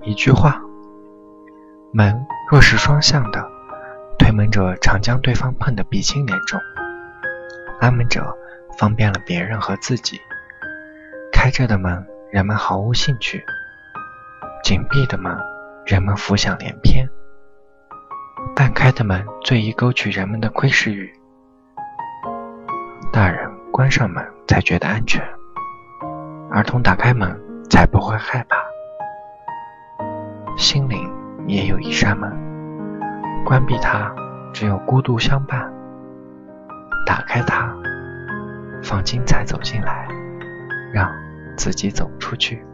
一句话。门若是双向的，推门者常将对方碰得鼻青脸肿，拉门者方便了别人和自己。开着的门，人们毫无兴趣；紧闭的门，人们浮想联翩。半开的门最易勾起人们的窥视欲，大人关上门才觉得安全，儿童打开门才不会害怕。心灵也有一扇门，关闭它只有孤独相伴，打开它，放精彩走进来，让自己走出去。